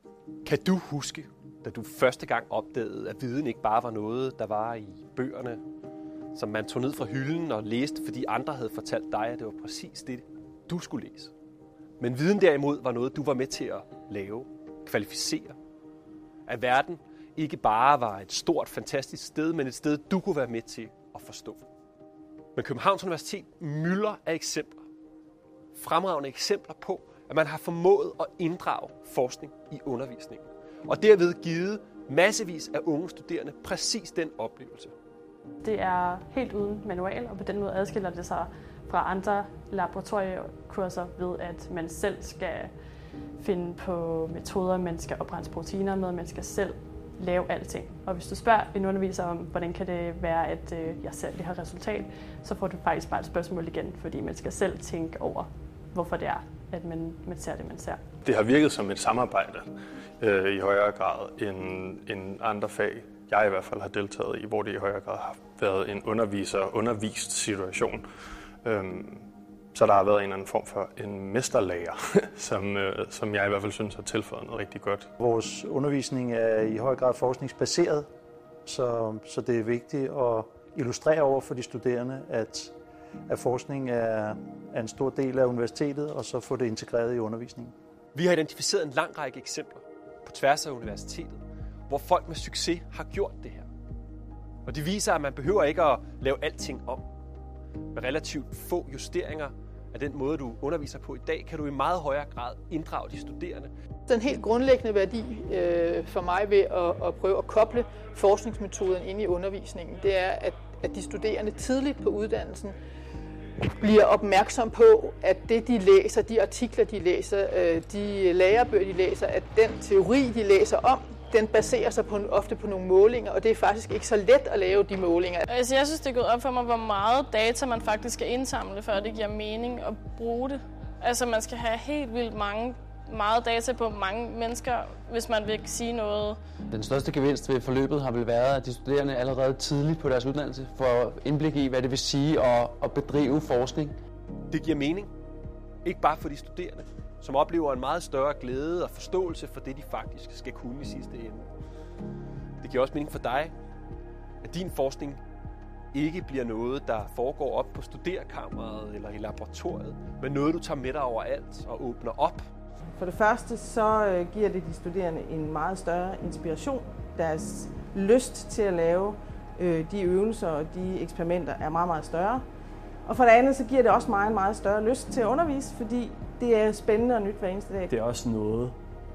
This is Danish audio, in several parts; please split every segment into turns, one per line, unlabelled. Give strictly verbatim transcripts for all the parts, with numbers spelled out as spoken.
Kan du huske, da du første gang opdagede, at viden ikke bare var noget, der var i bøgerne, som man tog ned fra hylden og læste, fordi andre havde fortalt dig, at det var præcis det, du skulle læse? Men viden derimod var noget, du var med til at lave, kvalificere. At verden ikke bare var et stort, fantastisk sted, men et sted, du kunne være med til at forstå. Men Københavns Universitet mylder af eksempler. Fremragende eksempler på, at man har formået at inddrage forskning i undervisningen. Og derved givet massevis af unge studerende præcis den oplevelse.
Det er helt uden manual, og på den måde adskiller det sig fra andre laboratoriekurser ved, at man selv skal finde på metoder, man skal oprense proteiner med, man skal selv lave alting. Og hvis du spørger en underviser om, hvordan kan det være, at jeg ser det her resultat, så får du faktisk bare et spørgsmål igen, fordi man skal selv tænke over, hvorfor det er, at man, man ser det, man ser.
Det har virket som et samarbejde øh, i højere grad end, end andre fag, jeg i hvert fald har deltaget i, hvor det i højere grad har været en underviser-undervist situation. Øhm, så der har været en eller anden form for en mesterlærer, som, øh, som jeg i hvert fald synes har tilføjet noget rigtig godt.
Vores undervisning er i høj grad forskningsbaseret, så, så det er vigtigt at illustrere over for de studerende, at, at forskning er, er en stor del af universitetet, og så få det integreret i undervisningen.
Vi har identificeret en lang række eksempler på tværs af universitetet, hvor folk med succes har gjort det her. Og det viser, at man behøver ikke at lave alting om. Med relativt få justeringer af den måde, du underviser på i dag, kan du i meget højere grad inddrage de studerende.
Den helt grundlæggende værdi øh, for mig ved at, at prøve at koble forskningsmetoden ind i undervisningen, det er, at, at de studerende tidligt på uddannelsen bliver opmærksom på, at det, de læser, de artikler, de læser, øh, de lærebøger, de læser, at den teori, de læser om, den baserer sig på, ofte på nogle målinger, og det er faktisk ikke så let at lave de målinger.
Altså, jeg synes, det er gået op for mig, hvor meget data man faktisk skal indsamle, før det giver mening at bruge det. Altså, man skal have helt vildt mange, meget data på mange mennesker, hvis man vil sige noget.
Den største gevinst ved forløbet har vel været, at de studerende allerede tidligt på deres uddannelse får indblik i, hvad det vil sige at, at bedrive forskning.
Det giver mening. Ikke bare for de studerende, som oplever en meget større glæde og forståelse for det, de faktisk skal kunne i sidste ende. Det giver også mening for dig, at din forskning ikke bliver noget, der foregår op på studerekammeret eller i laboratoriet, men noget, du tager med dig overalt og åbner op.
For det første så giver det de studerende en meget større inspiration. Deres lyst til at lave de øvelser og de eksperimenter er meget, meget større. Og for det andet så giver det også meget, meget større lyst til at undervise, fordi det er spændende og nyt hver eneste dag.
Det er også noget,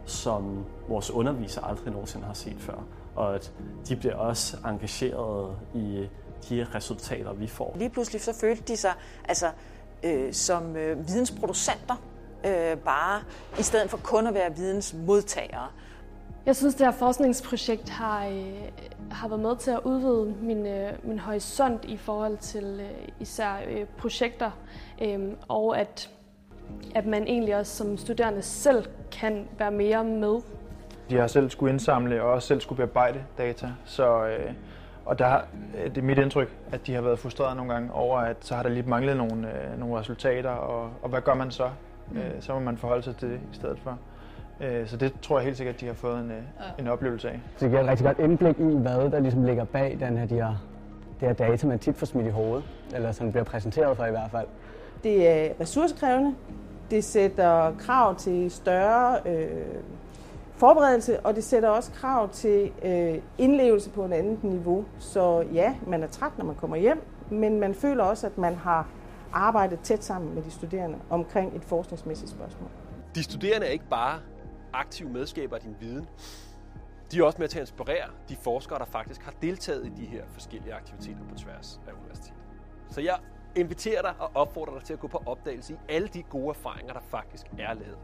som vores undervisere aldrig nogensinde har set før. Og at de bliver også engageret i de resultater, vi får.
Lige pludselig så følte de sig altså, øh, som øh, vidensproducenter, øh, bare i stedet for kun at være vidensmodtagere.
Jeg synes, det her forskningsprojekt har, øh, har været med til at udvide min, øh, min horisont i forhold til øh, især øh, projekter, øh, og at, at man egentlig også som studerende selv kan være mere med.
De har selv skulle indsamle og også selv skulle bearbejde data, så, øh, og der, det er mit indtryk, at de har været frustreret nogle gange over, at så har der lige manglet nogle, øh, nogle resultater, og, og hvad gør man så? Mm. Øh, så må man forholde sig til det i stedet for. Så det tror jeg helt sikkert, at de har fået en, en oplevelse af.
Så det giver et rigtig godt indblik i, hvad der ligesom ligger bag den her, de her, det her data, man tit får smidt i hovedet, eller som bliver præsenteret for i hvert fald.
Det er ressourcekrævende, det sætter krav til større øh, forberedelse, og det sætter også krav til øh, indlevelse på et andet niveau. Så ja, man er træt, når man kommer hjem, men man føler også, at man har arbejdet tæt sammen med de studerende omkring et forskningsmæssigt spørgsmål.
De studerende er ikke bare aktive medskaber af din viden. De er også med til at inspirere de forskere, der faktisk har deltaget i de her forskellige aktiviteter på tværs af universitetet. Så jeg inviterer dig og opfordrer dig til at gå på opdagelse i alle de gode erfaringer, der faktisk er lavet.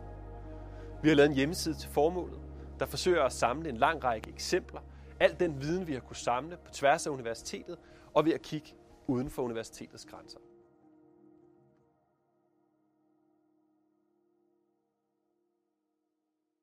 Vi har lavet en hjemmeside til formålet, der forsøger at samle en lang række eksempler. Al den viden, vi har kunnet samle på tværs af universitetet, og ved at kigge uden for universitetets grænser.